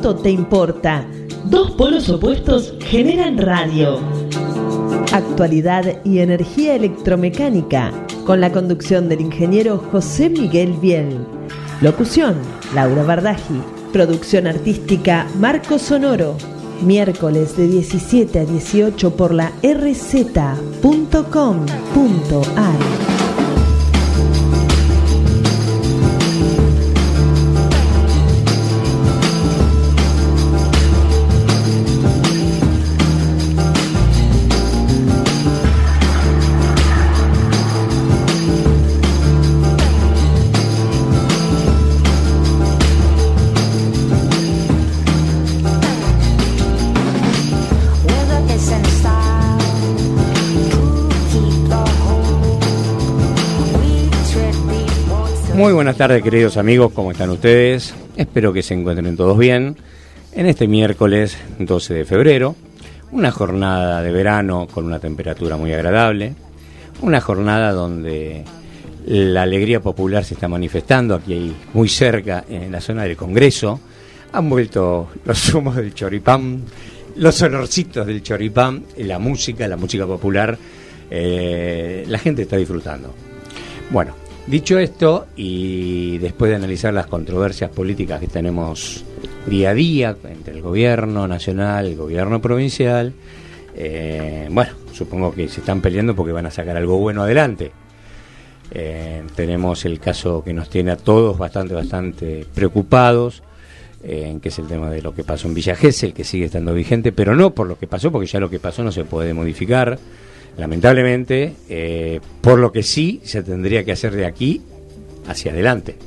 ¿Cuánto te importa? Dos polos opuestos generan radio. Actualidad y energía electromecánica, con la conducción del ingeniero José Miguel Biel. Locución, Laura Bardaji. Producción artística, Marco Sonoro. Miércoles de 17 a 18 por la rz.com.ar. Muy buenas tardes, queridos amigos, ¿cómo están ustedes? Espero que se encuentren todos bien. En este miércoles 12 de febrero, una jornada de verano con una temperatura muy agradable, una jornada donde la alegría popular se está manifestando aquí muy cerca, en la zona del Congreso. Han vuelto los humos del choripán, los olorcitos del choripán, la música popular, la gente está disfrutando. Bueno, dicho esto, y después de analizar las controversias políticas que tenemos día a día entre el gobierno nacional y el gobierno provincial, bueno, supongo que se están peleando porque van a sacar algo bueno adelante. Tenemos el caso que nos tiene a todos bastante preocupados, que es el tema de lo que pasó en Villa Gesell, que sigue estando vigente, pero no por lo que pasó, porque ya lo que pasó no se puede modificar. Lamentablemente, por lo que sí se tendría que hacer de aquí hacia adelante.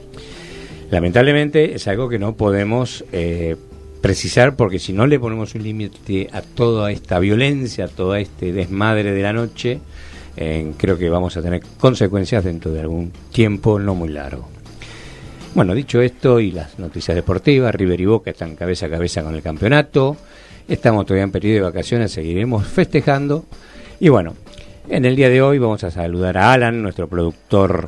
Lamentablemente es algo que no podemos precisar, porque si no le ponemos un límite a toda esta violencia, a todo este desmadre de la noche, creo que vamos a tener consecuencias dentro de algún tiempo no muy largo. Bueno, dicho esto y las noticias deportivas, River y Boca están cabeza a cabeza con el campeonato, estamos todavía en periodo de vacaciones, seguiremos festejando. Y bueno, en el día de hoy vamos a saludar a Alan, nuestro productor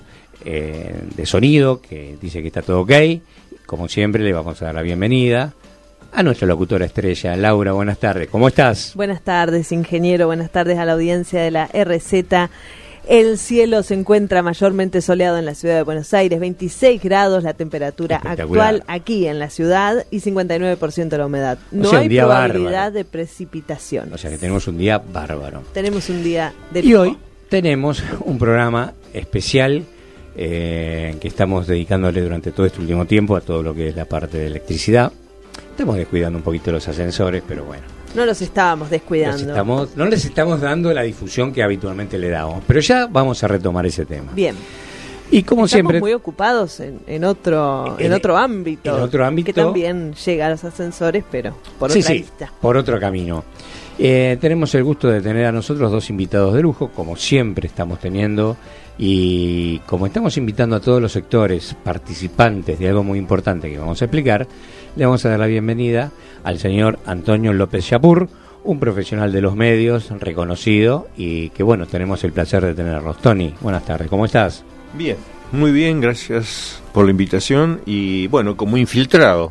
de sonido, que dice que está todo ok. Como siempre, le vamos a dar la bienvenida a nuestra locutora estrella, Laura. Buenas tardes, ¿cómo estás? Buenas tardes, ingeniero, buenas tardes a la audiencia de la RZ. El cielo se encuentra mayormente soleado en la ciudad de Buenos Aires, 26 grados la temperatura actual aquí en la ciudad y 59% la humedad. No hay probabilidad de precipitación. O sea que tenemos un día bárbaro. Tenemos un día de lujo. Y hoy tenemos un programa especial que estamos dedicándole durante todo este último tiempo a todo lo que es la parte de electricidad. Estamos descuidando un poquito los ascensores, pero bueno. No los estábamos descuidando. No les estamos dando la difusión que habitualmente le damos, pero ya vamos a retomar ese tema. Bien. Y como estamos siempre, muy ocupados en otro ámbito. En otro ámbito. Que también llega a los ascensores, pero por otra lista. Por otro camino. Tenemos el gusto de tener a nosotros dos invitados de lujo, como siempre estamos teniendo, y como estamos invitando a todos los sectores participantes de algo muy importante que vamos a explicar, le vamos a dar la bienvenida al señor Antonio López Yapur, un profesional de los medios reconocido y que bueno, tenemos el placer de tenerlos. Tony, buenas tardes, ¿cómo estás? Bien, muy bien, gracias por la invitación y bueno, como infiltrado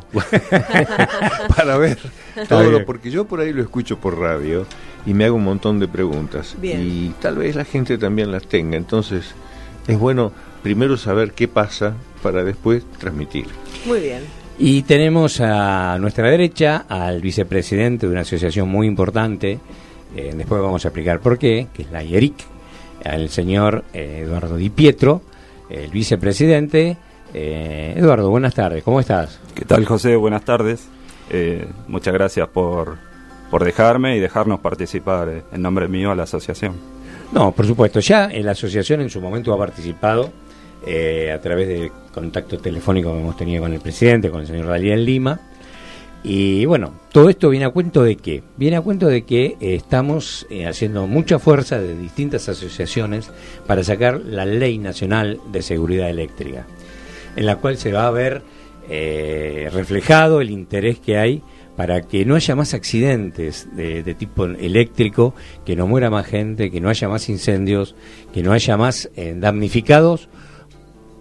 para ver todo porque yo por ahí lo escucho por radio y me hago un montón de preguntas. Bien. Y tal vez la gente también las tenga, entonces es bueno primero saber qué pasa para después transmitir. Muy bien. Y tenemos a nuestra derecha al vicepresidente de una asociación muy importante, después vamos a explicar por qué, que es la IERIC, al señor Eduardo Di Pietro, el vicepresidente. Eduardo, buenas tardes, ¿cómo estás? ¿Qué tal, José? Buenas tardes. Muchas gracias por dejarme y dejarnos participar en nombre mío a la asociación. No, por supuesto, ya la asociación en su momento ha participado a través de contacto telefónico que hemos tenido con el presidente, con el señor Daliel Lima. Y bueno, todo esto viene a cuento de qué? Viene a cuento de que estamos haciendo mucha fuerza de distintas asociaciones para sacar la Ley Nacional de Seguridad Eléctrica, en la cual se va a ver reflejado el interés que hay para que no haya más accidentes de tipo eléctrico, que no muera más gente, que no haya más incendios, que no haya más damnificados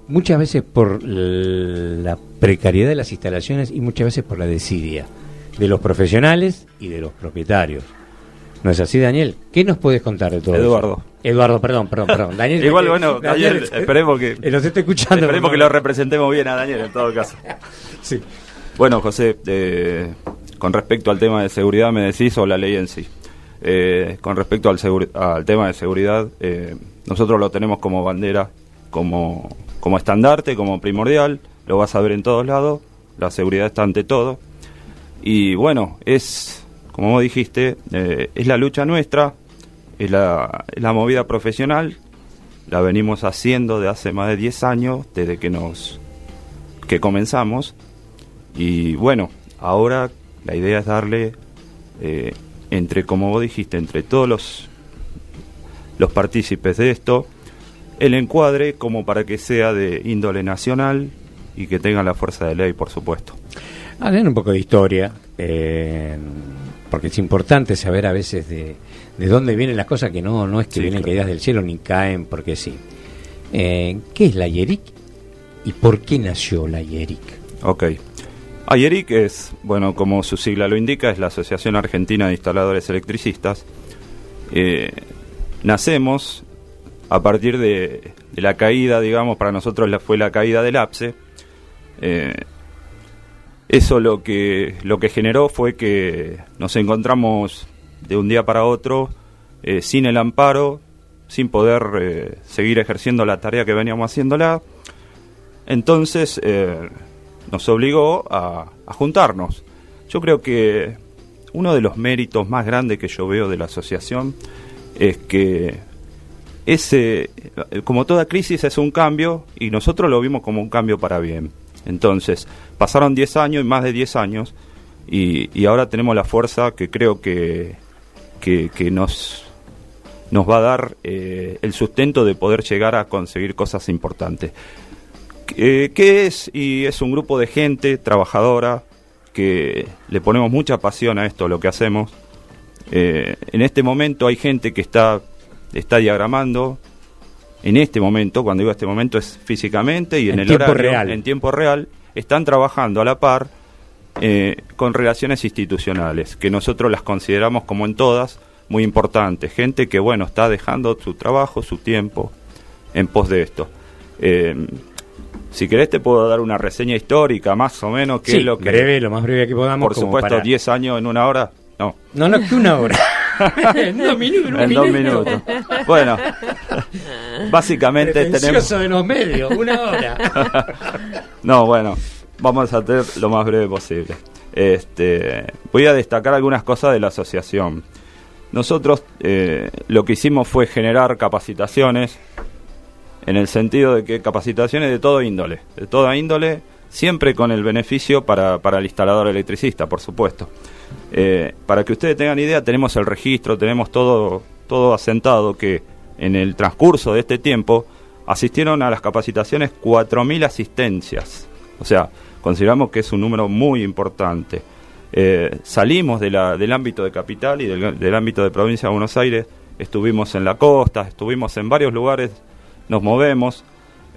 muchas veces por la precariedad de las instalaciones y muchas veces por la desidia de los profesionales y de los propietarios. ¿No es así, Daniel? ¿Qué nos puedes contar de todo Eduardo. eso? Eduardo, perdón. Daniel, igual, bueno, Daniel, esperemos que... Los estoy escuchando. Esperemos que lo representemos bien a Daniel, en todo caso. Sí. Bueno, José, con respecto al tema de seguridad, me decís, o la ley en sí. Con respecto al tema de seguridad, nosotros lo tenemos como bandera, como estandarte, como primordial, lo vas a ver en todos lados, la seguridad está ante todo. Y bueno, como vos dijiste, es la lucha nuestra, es la movida profesional, la venimos haciendo de hace más de 10 años, desde que comenzamos, y bueno, ahora la idea es darle, como vos dijiste, entre todos los partícipes de esto, el encuadre como para que sea de índole nacional y que tenga la fuerza de ley, por supuesto. Hablen un poco de historia, porque es importante saber a veces de dónde vienen las cosas, que no es que vienen caídas del cielo ni caen porque sí. ¿Qué es la AYERIC y por qué nació la AYERIC? Ok. AYERIC es, bueno, como su sigla lo indica, es la Asociación Argentina de Instaladores Electricistas. Nacemos a partir de la caída, digamos, para nosotros fue la caída del APSE. Eso lo que generó fue que nos encontramos de un día para otro sin el amparo, sin poder seguir ejerciendo la tarea que veníamos haciéndola. Entonces nos obligó a juntarnos. Yo creo que uno de los méritos más grandes que yo veo de la asociación es que como toda crisis es un cambio, y nosotros lo vimos como un cambio para bien. Entonces, pasaron 10 años y más de 10 años, y ahora tenemos la fuerza que creo que nos va a dar el sustento de poder llegar a conseguir cosas importantes. ¿Qué es? Y es un grupo de gente trabajadora que le ponemos mucha pasión a esto, lo que hacemos. En este momento hay gente que está diagramando. En este momento, cuando digo este momento, es físicamente y en el horario real. En tiempo real, están trabajando a la par con relaciones institucionales, que nosotros las consideramos, como en todas, muy importantes. Gente que, bueno, está dejando su trabajo, su tiempo, en pos de esto. Si querés te puedo dar una reseña histórica, más o menos, que es lo que... breve, lo más breve que podamos. Por supuesto, 10 años en una hora, no. No, que una hora. En 2 minutos. En 2 minutos. Bueno, básicamente tenemos... de los medios, una hora. No, bueno, vamos a hacer lo más breve posible. Voy a destacar algunas cosas de la asociación. Nosotros lo que hicimos fue generar capacitaciones, en el sentido de que capacitaciones de toda índole, siempre con el beneficio para el instalador electricista, por supuesto. Para que ustedes tengan idea, tenemos el registro, tenemos todo asentado, que en el transcurso de este tiempo asistieron a las capacitaciones 4.000 asistencias. O sea, consideramos que es un número muy importante. Salimos del ámbito de capital y del ámbito de provincia de Buenos Aires, estuvimos en la costa, estuvimos en varios lugares, nos movemos.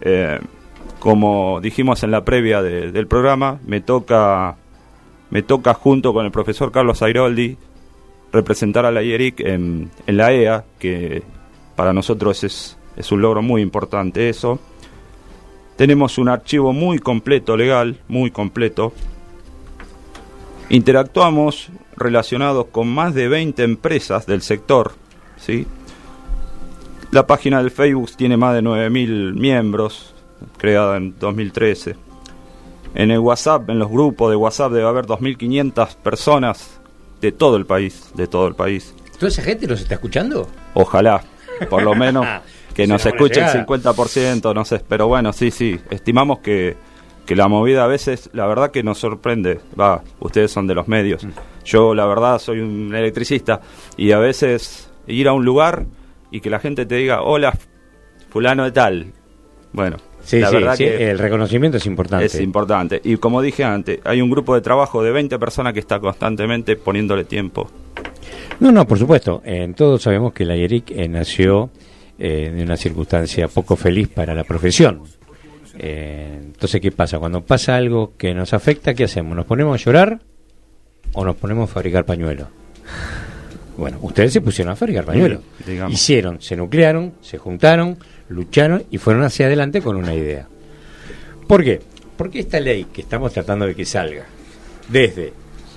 Como dijimos en la previa del programa, me toca junto con el profesor Carlos Airoldi representar a la AYERIC en la EA, que para nosotros es un logro muy importante eso. Tenemos un archivo muy completo, legal, muy completo. Interactuamos relacionados con más de 20 empresas del sector, ¿sí? La página del Facebook tiene más de 9.000 miembros, creada en 2013. En el WhatsApp, en los grupos de WhatsApp, debe haber 2.500 personas de todo el país. ¿Toda esa gente nos está escuchando? Ojalá, por lo menos que nos escuche el 50%, no sé, pero bueno, sí, estimamos que la movida a veces, la verdad que nos sorprende. Ustedes son de los medios. Yo, la verdad, soy un electricista, y a veces ir a un lugar y que la gente te diga, hola, fulano de tal. Bueno, la verdad que el reconocimiento es importante. Es importante. Y como dije antes, hay un grupo de trabajo de 20 personas que está constantemente poniéndole tiempo. No, por supuesto. Todos sabemos que la AYERIC nació en una circunstancia poco feliz para la profesión. Entonces, ¿qué pasa? Cuando pasa algo que nos afecta, ¿qué hacemos? ¿Nos ponemos a llorar o nos ponemos a fabricar pañuelos? Bueno, ustedes se pusieron a fabricar pañuelos. Hicieron, se nuclearon, se juntaron, lucharon y fueron hacia adelante con una idea. ¿Por qué? Porque esta ley que estamos tratando de que salga desde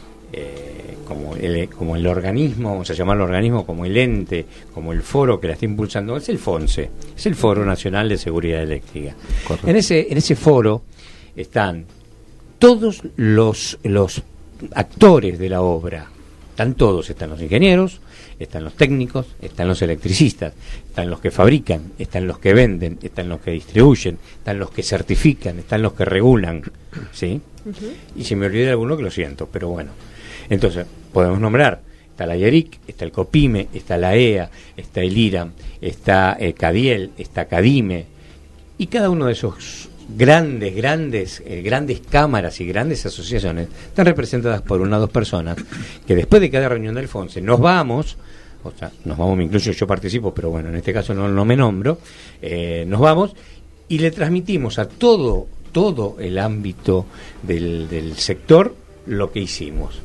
como el organismo, vamos a llamarlo organismo, como el ente, como el foro que la está impulsando, es el FONSE, es el Foro Nacional de Seguridad Eléctrica. En ese foro están todos los actores de la obra. Están todos, están los ingenieros, están los técnicos, están los electricistas, están los que fabrican, están los que venden, están los que distribuyen, están los que certifican, están los que regulan, ¿sí? Y si me olvidé de alguno, que lo siento, pero bueno. Entonces, podemos nombrar, está la IERIC, está el COPIME, está la EA, está el IRAM, está CADIEL, está CADIME, y cada uno de esos grandes cámaras y grandes asociaciones están representadas por una o dos personas que después de cada reunión del FONSE nos vamos, me incluyo, yo participo, pero bueno, en este caso no me nombro, nos vamos y le transmitimos a todo el ámbito del sector lo que hicimos.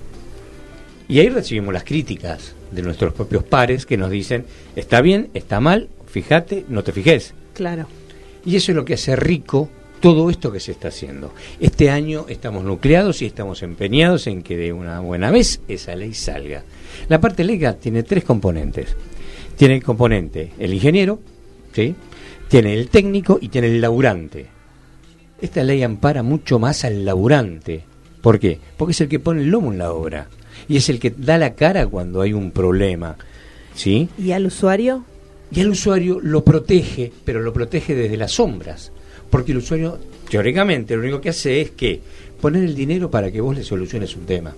Y ahí recibimos las críticas de nuestros propios pares que nos dicen, está bien, está mal, fíjate, no te fijes. Claro. Y eso es lo que hace rico todo esto que se está haciendo. Este año estamos nucleados y estamos empeñados en que de una buena vez esa ley salga. La parte legal tiene 3 componentes. Tiene el componente el ingeniero, ¿sí? Tiene el técnico y tiene el laburante. Esta ley ampara mucho más al laburante. ¿Por qué? Porque es el que pone el lomo en la obra y es el que da la cara cuando hay un problema, ¿sí? ¿Y al usuario? Y al usuario lo protege, pero lo protege desde las sombras. Porque el usuario, teóricamente, lo único que hace es que poner el dinero para que vos le soluciones un tema.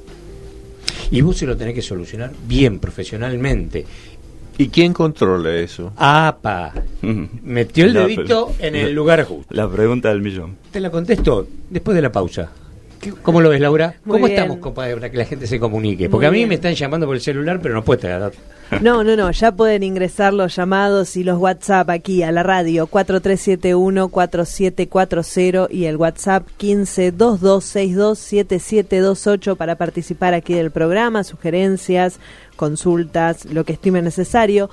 Y vos se lo tenés que solucionar bien, profesionalmente. ¿Y quién controla eso? ¡Apa! Metió el dedito en el lugar justo. La pregunta del millón. Te la contesto después de la pausa. ¿Cómo lo ves, Laura? Muy ¿Cómo bien. estamos, compadre, para que la gente se comunique? Porque Muy a mí bien. me están llamando por el celular, pero no puede traer datos. No, ya pueden ingresar los llamados y los WhatsApp aquí a la radio 4371-4740 y el WhatsApp 1522627728 para participar aquí del programa, sugerencias, consultas, lo que estime necesario.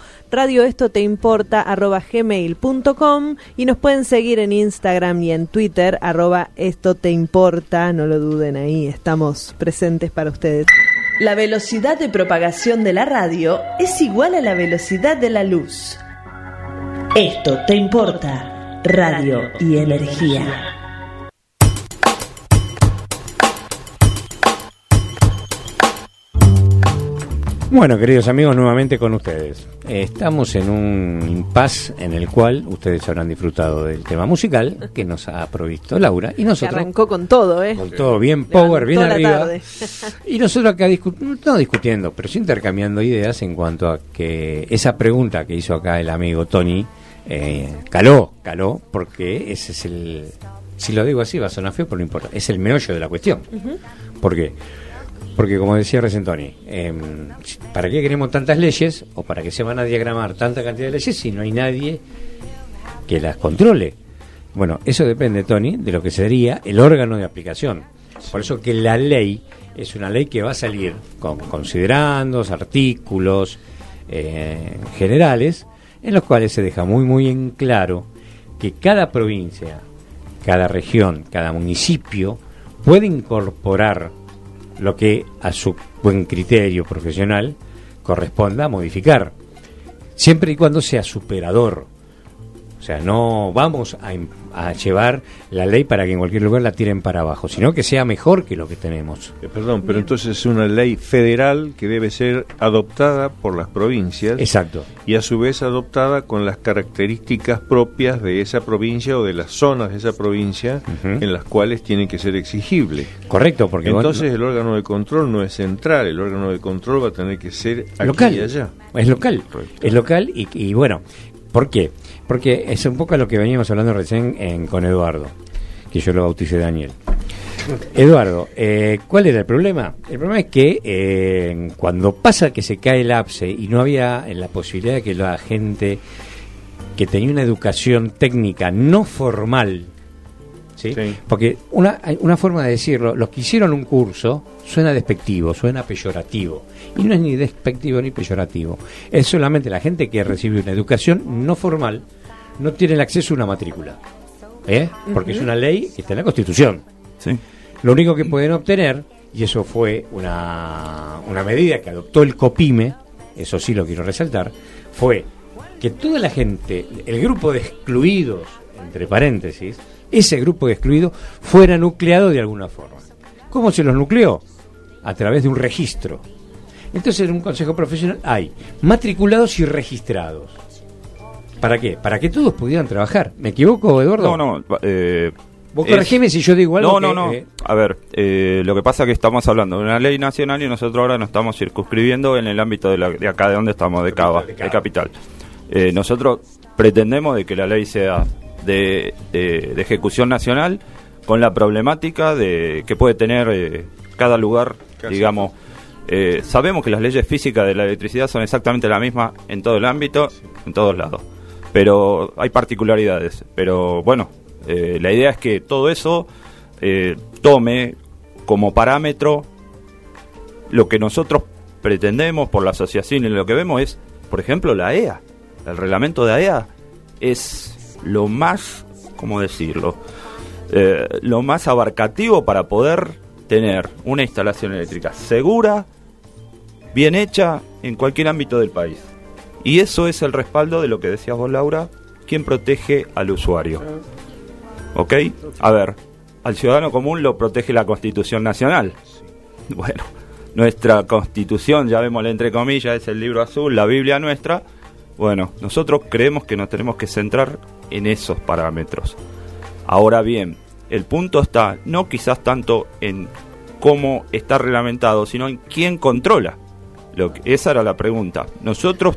radioestoteimporta@gmail.com y nos pueden seguir en Instagram y en Twitter @estoteimporta, no lo duden, ahí estamos presentes para ustedes. La velocidad de propagación de la radio es igual a la velocidad de la luz. Esto te importa, radio y energía. Bueno, queridos amigos, nuevamente con ustedes. Estamos en un impasse en el cual ustedes habrán disfrutado del tema musical que nos ha provisto Laura y Que nosotros arrancó con todo, con todo bien power, bien Levantó la arriba. tarde. Y nosotros acá no discutiendo, pero sí intercambiando ideas en cuanto a que esa pregunta que hizo acá el amigo Tony caló, porque ese es el, si lo digo así va a sonar feo, pero no importa, es el meollo de la cuestión. ¿Por qué? Porque como decía recién Tony, ¿para qué queremos tantas leyes o para qué se van a diagramar tanta cantidad de leyes si no hay nadie que las controle? Bueno, eso depende, Tony, de lo que sería el órgano de aplicación. Por eso que la ley es una ley que va a salir con considerandos, artículos generales, en los cuales se deja muy en claro que cada provincia, cada región, cada municipio puede incorporar lo que a su buen criterio profesional corresponda modificar, siempre y cuando sea superador. O sea, no vamos a llevar la ley para que en cualquier lugar la tiren para abajo, sino que sea mejor que lo que tenemos. Perdón, pero entonces es una ley federal que debe ser adoptada por las provincias. Exacto. Y a su vez adoptada con las características propias de esa provincia o de las zonas de esa provincia en las cuales tiene que ser exigible. Correcto, porque entonces el órgano de control no es central, el órgano de control va a tener que ser aquí local. y allá. Es local. Correcto. Es local y bueno, ¿por qué? Porque es un poco a lo que veníamos hablando recién con Eduardo, que yo lo bauticé Daniel. Eduardo, ¿cuál era el problema? El problema es que cuando pasa que se cae el APSE y no había la posibilidad de que la gente que tenía una educación técnica no formal ¿sí? Sí. Porque una forma de decirlo, los que hicieron un curso suena despectivo, suena peyorativo. Y no es ni despectivo ni peyorativo. Es solamente la gente que recibe una educación no formal, no tiene el acceso a una matrícula. Porque es una ley que está en la Constitución. Sí. Lo único que pueden obtener, y eso fue una medida que adoptó el COPIME, eso sí lo quiero resaltar, fue que toda la gente, el grupo de excluidos, entre paréntesis, ese grupo de excluidos fuera nucleado de alguna forma. ¿Cómo se los nucleó? A través de un registro. Entonces en un consejo profesional hay matriculados y registrados. ¿Para qué? Para que todos pudieran trabajar. ¿Me equivoco, Eduardo? No. Vos corregime si yo digo algo. No. A ver, lo que pasa es que estamos hablando de una ley nacional y nosotros ahora nos estamos circunscribiendo en el ámbito de acá de donde estamos, de Cava, de Capital. Nosotros pretendemos de que la ley sea de ejecución nacional con la problemática que puede tener cada lugar, digamos. Sabemos que las leyes físicas de la electricidad son exactamente las mismas en todo el ámbito, en todos lados. Pero hay particularidades. Pero bueno, la idea es que todo eso tome como parámetro lo que nosotros pretendemos por la asociación, y lo que vemos es, por ejemplo, la AEA. El reglamento de AEA es lo más, ¿cómo decirlo? Lo más abarcativo para poder tener una instalación eléctrica segura, bien hecha, en cualquier ámbito del país. Y eso es el respaldo de lo que decías vos, Laura, quien protege al usuario. ¿Ok? A ver, al ciudadano común lo protege la Constitución Nacional. Bueno, nuestra Constitución, llamémosle entre comillas, es el libro azul, la Biblia nuestra. Bueno, nosotros creemos que nos tenemos que centrar en esos parámetros. Ahora bien, el punto está no quizás tanto en cómo está reglamentado, sino en quién controla. Esa era la pregunta. Nosotros,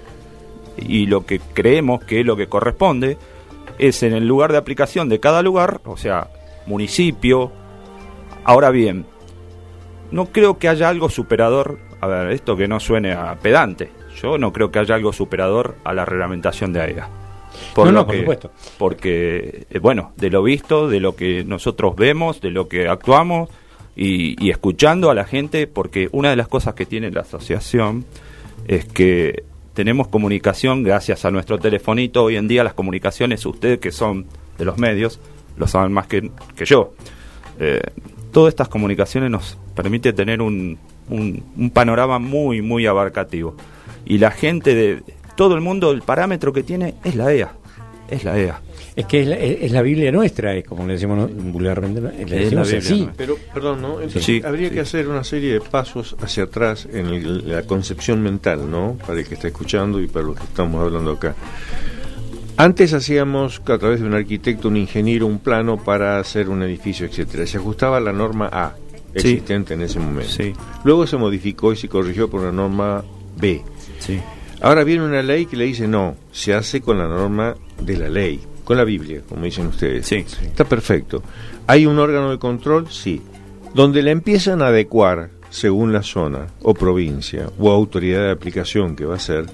y lo que creemos que es lo que corresponde, es en el lugar de aplicación de cada lugar, o sea, municipio. Ahora bien, no creo que haya algo superador, a ver, esto que no suene a pedante, yo no creo que haya algo superador a la reglamentación de AEA. Por supuesto. Porque, bueno, de lo visto, de lo que nosotros vemos, de lo que actuamos y escuchando a la gente, porque una de las cosas que tiene la asociación es que tenemos comunicación gracias a nuestro telefonito. Hoy en día las comunicaciones, ustedes que son de los medios, lo saben más que yo. Todas estas comunicaciones nos permite tener un panorama muy, muy abarcativo. Y la gente de todo el mundo, el parámetro que tiene es la EA. Es la EA. Es que es la Biblia nuestra, es como le decimos vulgarmente. Es la Biblia, sí. Pero, perdón, ¿no? Entonces, sí, habría que hacer una serie de pasos hacia atrás en la concepción mental, ¿no? Para el que está escuchando y para los que estamos hablando acá. Antes hacíamos, a través de un arquitecto, un ingeniero, un plano para hacer un edificio, etcétera. Se ajustaba a la norma A existente en ese momento. Sí. Luego se modificó y se corrigió por una norma B. Sí. Ahora viene una ley que le dice no, se hace con la norma de la ley, con la Biblia, como dicen ustedes. Sí. Está perfecto. ¿Hay un órgano de control? Sí. Donde la empiezan a adecuar según la zona o provincia o autoridad de aplicación que va a ser,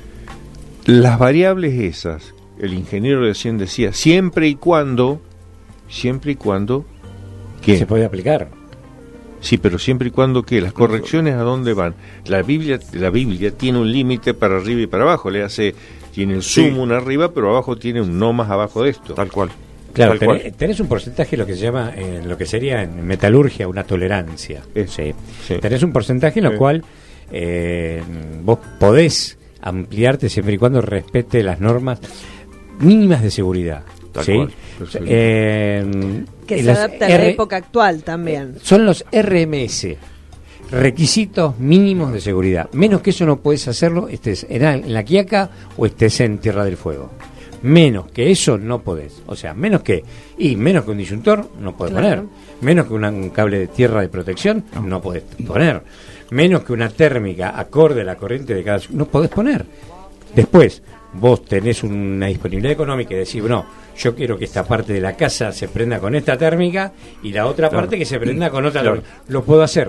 las variables esas, el ingeniero recién decía, siempre y cuando, ¿qué? Se puede aplicar. Sí, pero siempre y cuando, ¿qué? Las correcciones, ¿a dónde van? La Biblia tiene un límite para arriba y para abajo, tiene el sumum arriba, pero abajo tiene un no más abajo de esto. Tal cual. Claro, tenés un porcentaje, lo que se llama, lo que sería en metalurgia, una tolerancia. Sí. Tenés un porcentaje en lo cual vos podés ampliarte siempre y cuando respete las normas mínimas de seguridad. Tal cual. Que se adapta a la época actual también. Son los RMS, requisitos mínimos de seguridad. Menos que eso no puedes hacerlo, estés en La Quiaca o estés en Tierra del Fuego. Menos que eso no podés. O sea, menos que un disyuntor no podés poner. Menos que un cable de tierra de protección no podés poner. Menos que una térmica acorde a la corriente de cada... no podés poner. Después, vos tenés una disponibilidad económica y decís, no, yo quiero que esta parte de la casa se prenda con esta térmica y la otra parte que se prenda con otra. Lo puedo hacer.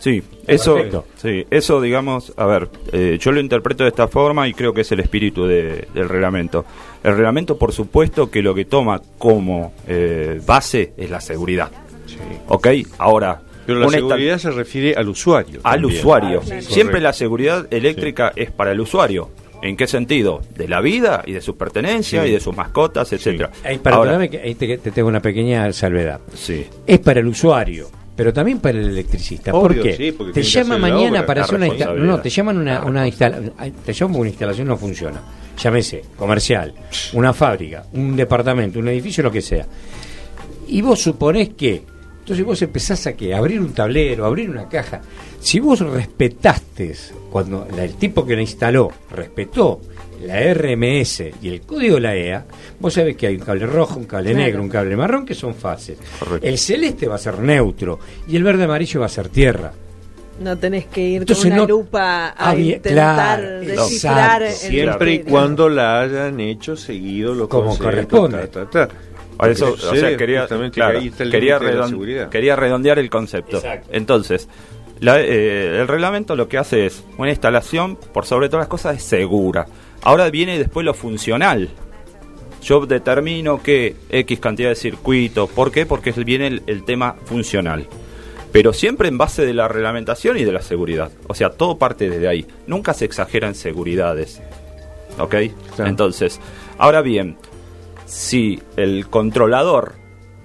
Sí, eso digamos, a ver, yo lo interpreto de esta forma y creo que es el espíritu del reglamento. El reglamento, por supuesto, que lo que toma como base es la seguridad. Sí. ¿Ok? Ahora... Pero la seguridad se refiere al usuario. Al también. usuario. Claro. Siempre la seguridad eléctrica es para el usuario. ¿En qué sentido? De la vida y de sus pertenencias y de sus mascotas, etcétera. Perdóname que ahí te tengo una pequeña salvedad. Sí. Es para el usuario, pero también para el electricista. Obvio, ¿Por qué? sí, te llama mañana para hacer una instalación. No, te llaman una instalación no funciona. Llámese comercial, una fábrica, un departamento, un edificio, lo que sea. Y vos suponés que entonces vos empezás a abrir un tablero, abrir una caja. Si vos respetaste, cuando el tipo que la instaló respetó la RMS y el código de la EA, vos sabés que hay un cable rojo, un cable negro, un cable marrón, que son fases. Correcto. El celeste va a ser neutro y el verde amarillo va a ser tierra. No tenés que ir con una lupa a intentar descifrar. Siempre y cuando la hayan hecho seguido lo como corresponde. Eso, o sea, quería redondear el concepto. Exacto. Entonces, el reglamento lo que hace es una instalación, por sobre todas las cosas, es segura. Ahora viene después lo funcional. Yo determino que X cantidad de circuitos. ¿Por qué? Porque viene el tema funcional. Pero siempre en base de la reglamentación y de la seguridad. O sea, todo parte desde ahí. Nunca se exagera en seguridades. ¿Ok? Claro. Entonces, ahora bien, si el controlador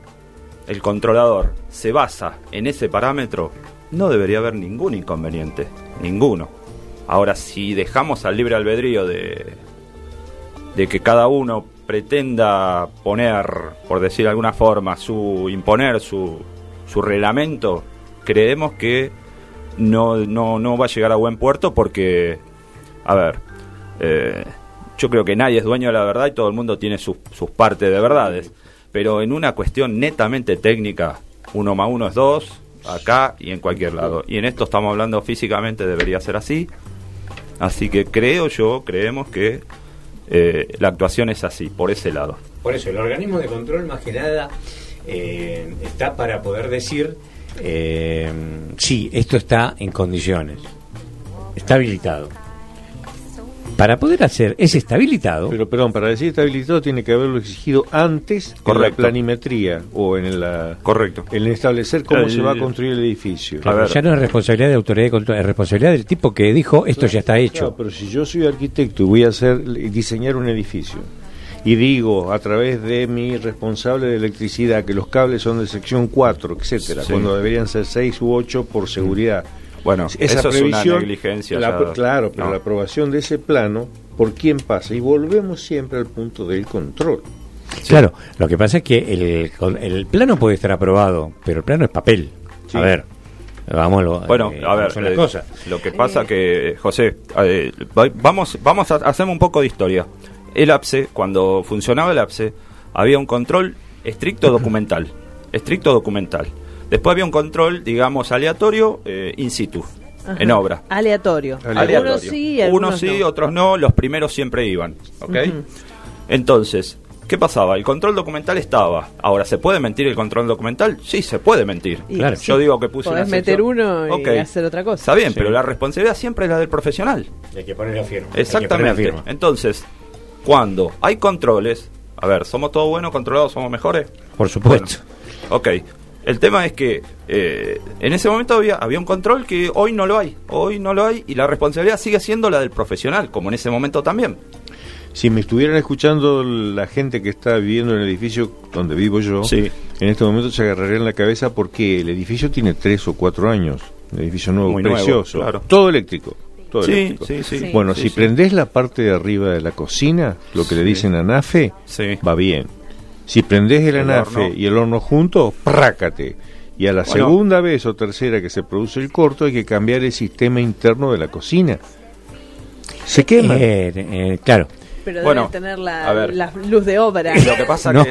se basa en ese parámetro, no debería haber ningún inconveniente, ninguno. Ahora, si dejamos al libre albedrío de que cada uno pretenda poner, por decir de alguna forma, imponer su reglamento, creemos que no va a llegar a buen puerto porque, a ver, yo creo que nadie es dueño de la verdad y todo el mundo tiene sus partes de verdades. Pero en una cuestión netamente técnica, 1 más 1 es 2, acá y en lado. Y en esto estamos hablando físicamente, debería ser así. Así que creemos que la actuación es así, por ese lado. Por eso, el organismo de control más que nada está para poder decir, sí, esto está en condiciones, está habilitado. Para poder hacer ese estabilizado... Pero, perdón, para decir estabilizado tiene que haberlo exigido antes en la planimetría o en la... Correcto. En establecer cómo se va a construir el edificio. Claro, ya no es responsabilidad de autoridad de control, es responsabilidad del tipo que dijo esto ya está hecho. Claro, pero si yo soy arquitecto y voy a diseñar un edificio y digo a través de mi responsable de electricidad que los cables son de sección 4, etcétera, cuando deberían ser 6 u 8 por seguridad... Bueno, esa eso previsión, es una negligencia. Claro, pero la aprobación de ese plano, ¿por quién pasa? Y volvemos siempre al punto del control. Sí. Claro, lo que pasa es que el plano puede estar aprobado, pero el plano es papel. Sí. A ver, son las cosas. Lo que pasa que, José, vamos a hacer un poco de historia. El APSE, cuando funcionaba el APSE, había un control estricto documental. Después había un control, digamos, aleatorio, in situ, en obra. Aleatorio. Algunos sí, otros no. Los primeros siempre iban, ¿ok? Entonces, ¿qué pasaba? El control documental estaba. Ahora, ¿se puede mentir el control documental? Sí, se puede mentir. Claro. Yo digo que puse podés meter uno y hacer otra cosa. Está bien, pero la responsabilidad siempre es la del profesional. Hay que poner la firma. Exactamente. Entonces, cuando hay controles, a ver, ¿somos todos buenos, controlados, somos mejores? Por supuesto. Bueno, ok. El tema es que en ese momento había un control que hoy no lo hay y la responsabilidad sigue siendo la del profesional, como en ese momento también. Si me estuvieran escuchando la gente que está viviendo en el edificio donde vivo yo, en este momento se agarrarían la cabeza porque el edificio tiene 3 o 4 años, un edificio nuevo, muy precioso, nuevo, claro. Todo eléctrico. Sí. Bueno, si prendés la parte de arriba de la cocina, lo que le dicen anafe, va bien. Si prendés el anafe y el horno juntos, prácate. Y a la segunda vez o tercera que se produce el corto hay que cambiar el sistema interno de la cocina. Se quema. Claro. Pero debe tener la luz de obra. Lo que pasa que...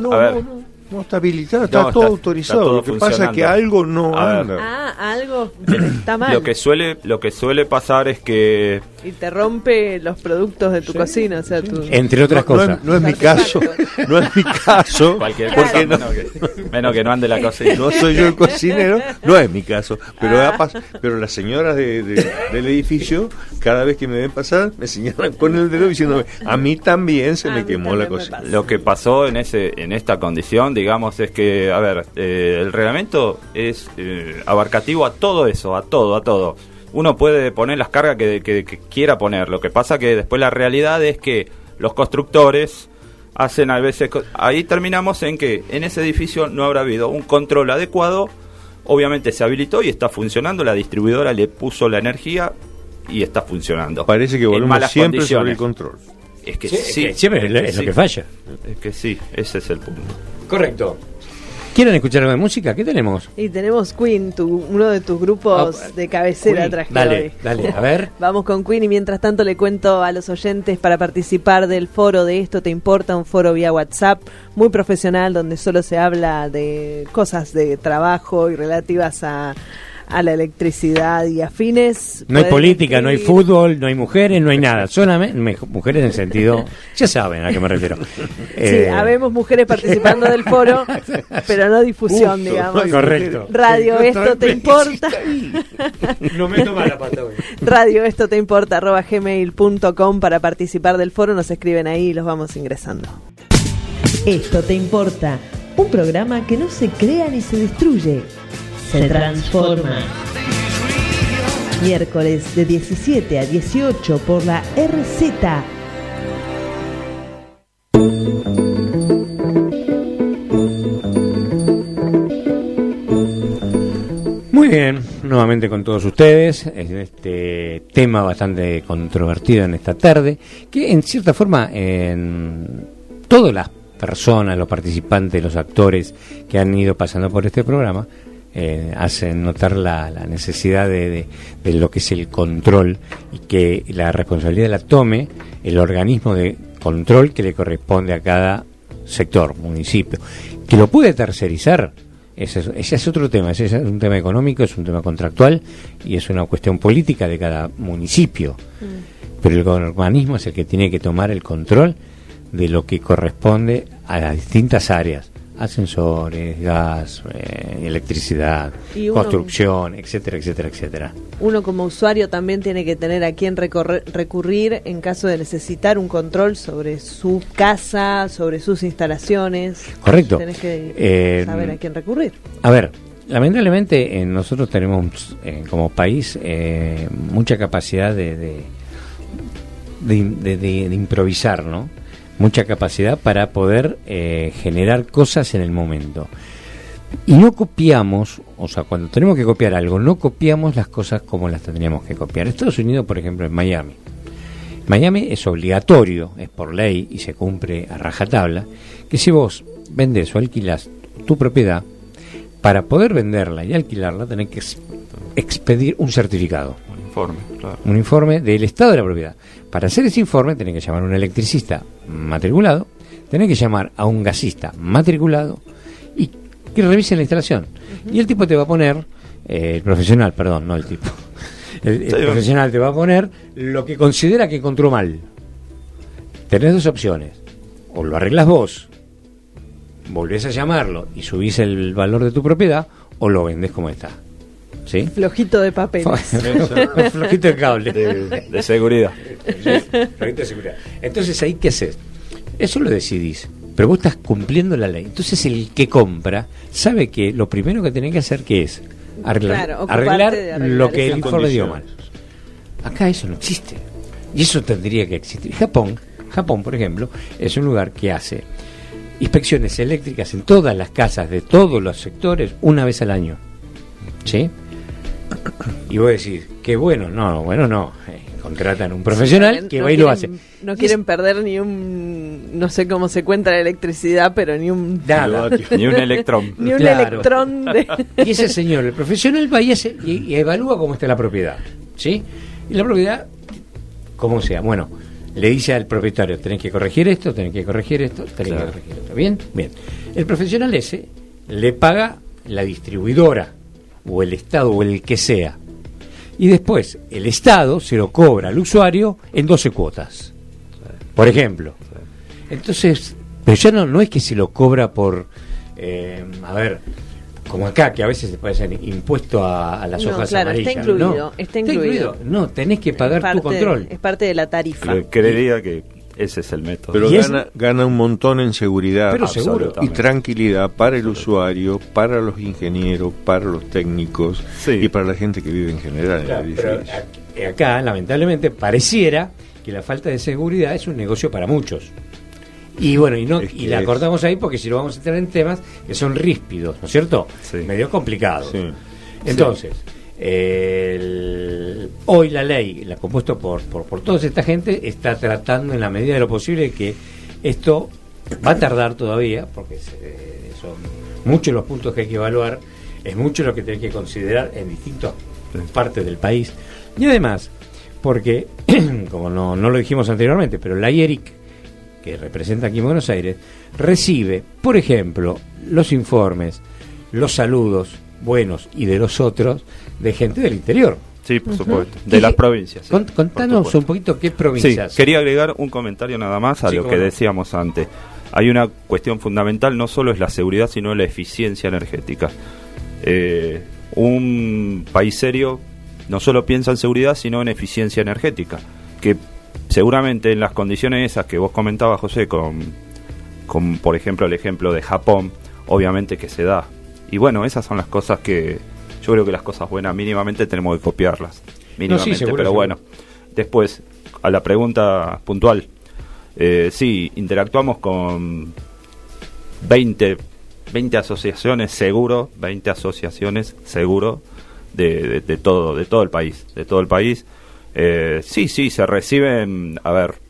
No está habilitado, está todo autorizado. Todo lo que pasa es que algo no anda. Algo está mal. Lo que suele pasar es que Y te rompe los productos de tu cocina, o sea, entre otras cosas. No es mi caso, no es mi caso. Cualquier porque cosa, menos que no ande la cocina. No soy yo el cocinero, no es mi caso. Pero las señoras del edificio, cada vez que me ven pasar, me señalan con el dedo diciéndome, a mí también se me quemó la cocina. Lo que pasó en esta condición, digamos, es que, a ver, el reglamento es abarcativo a todo eso, a todo. Uno puede poner las cargas que quiera poner. Lo que pasa que después la realidad es que los constructores hacen a veces... Ahí terminamos en que en ese edificio no habrá habido un control adecuado. Obviamente se habilitó y está funcionando. La distribuidora le puso la energía y está funcionando. Parece que volvemos siempre sobre el control. Es que sí. Siempre es lo que falla. Es que sí, ese es el punto. Correcto. ¿Quieren escuchar algo de música? ¿Qué tenemos? Y tenemos Queen, uno de tus grupos de cabecera. Dale, a ver. Vamos con Queen y mientras tanto le cuento a los oyentes para participar del foro de Esto Te Importa, un foro vía WhatsApp muy profesional donde solo se habla de cosas de trabajo y relativas a la electricidad y afines. No hay política, no hay fútbol, no hay mujeres, no hay nada. Solamente mujeres en sentido... Ya saben a qué me refiero. Sí, habemos mujeres participando del foro, pero no difusión, digamos. Correcto. Radio Esto Te Importa. No me toma la pata hoy. Radio Esto Te Importa @gmail.com para participar del foro. Nos escriben ahí y los vamos ingresando. Esto Te Importa, un programa que no se crea ni se destruye, se transforma. Miércoles de 17 a 18 por la RZ. Muy bien, nuevamente con todos ustedes, en este tema bastante controvertido en esta tarde, que en cierta forma en todas las personas, los participantes, los actores que han ido pasando por este programa, hacen notar la necesidad de lo que es el control y que la responsabilidad la tome el organismo de control que le corresponde a cada sector, municipio, que lo puede tercerizar. Ese es otro tema, ese es un tema económico, es un tema contractual y es una cuestión política de cada municipio. Pero el organismo es el que tiene que tomar el control de lo que corresponde a las distintas áreas: ascensores, gas, electricidad, construcción, etcétera, etcétera, etcétera. Uno como usuario también tiene que tener a quién recurrir en caso de necesitar un control sobre su casa, sobre sus instalaciones. Correcto. Tenés que saber a quién recurrir. A ver, lamentablemente nosotros tenemos como país mucha capacidad de improvisar, ¿no? Mucha capacidad para poder generar cosas en el momento. Y no copiamos, o sea, cuando tenemos que copiar algo, no copiamos las cosas como las tendríamos que copiar. Estados Unidos, por ejemplo, en Miami. Miami es obligatorio, es por ley y se cumple a rajatabla, que si vos vendés o alquilás tu propiedad, para poder venderla y alquilarla tenés que expedir un certificado. Un informe del estado de la propiedad. Para hacer ese informe tenés que llamar a un electricista matriculado, tenés que llamar a un gasista matriculado y que revise la instalación. Y el tipo te va a poner, el profesional, perdón, no el tipo. El profesional te va a poner lo que considera que encontró mal. Tenés dos opciones: o lo arreglas vos, volvés a llamarlo y subís el valor de tu propiedad, o lo vendés como está. ¿Sí? Flojito de papel. Flojito de cable. De seguridad. Flojito de seguridad. Entonces, ¿ahí qué haces? Eso lo decidís, pero vos estás cumpliendo la ley. Entonces, el que compra sabe que lo primero que tiene que hacer, ¿qué es? Arreglar lo que el informe dio mal. Acá eso no existe. Y eso tendría que existir. Japón, por ejemplo, es un lugar que hace inspecciones eléctricas en todas las casas de todos los sectores una vez al año. ¿Sí? Y vos decís, qué bueno. No. Contratan un profesional que va y lo hace. No quieren perder ni un... No sé cómo se cuenta la electricidad, pero ni un... Nada. Ni un electrón. Ni un electrón. Y ese señor, el profesional, va y evalúa cómo está la propiedad. ¿Sí? Y la propiedad, como sea. Bueno, le dice al propietario, tenés que corregir esto, tenés que corregir esto, tenés que corregir esto. ¿Bien? Bien. El profesional ese le paga la distribuidora, o el Estado, o el que sea. Y después el Estado se lo cobra al usuario en 12 cuotas, por ejemplo. Entonces, pero ya no es que se lo cobra por, como acá, que a veces se puede hacer impuesto a las hojas amarillas. Está incluido, está incluido. No, tenés que pagar tu control. Es parte de la tarifa. Creería que ese es el método. Pero gana un montón en seguridad y tranquilidad para el usuario, para los ingenieros, para los técnicos y para la gente que vive en general en el edificio. Pero acá, lamentablemente, pareciera que la falta de seguridad es un negocio para muchos. Y bueno, y la cortamos ahí porque si lo vamos a tener en temas que son ríspidos, ¿no es cierto? Sí. Medio complicados. Sí. Entonces, hoy la ley, la compuesta por toda esta gente, está tratando en la medida de lo posible que esto va a tardar todavía, porque son muchos los puntos que hay que evaluar, es mucho lo que hay que considerar en distintas partes del país. Y además, porque, como no lo dijimos anteriormente, pero la IERIC, que representa aquí en Buenos Aires, recibe, por ejemplo, los informes, los saludos buenos y de los otros de gente del interior. Sí, por supuesto, de las provincias. Sí, contanos un poquito qué provincias. Sí, quería agregar un comentario nada más a lo que decíamos antes. Hay una cuestión fundamental, no solo es la seguridad, sino la eficiencia energética. Un país serio no solo piensa en seguridad, sino en eficiencia energética, que seguramente en las condiciones esas que vos comentabas, José, con por ejemplo el ejemplo de Japón, obviamente que se da. Y bueno, esas son las cosas que yo creo que las cosas buenas mínimamente tenemos que copiarlas, mínimamente, seguro, pero bueno. Después, a la pregunta puntual, sí, interactuamos con 20 asociaciones seguro, 20 asociaciones seguro de todo el país. Sí, se reciben,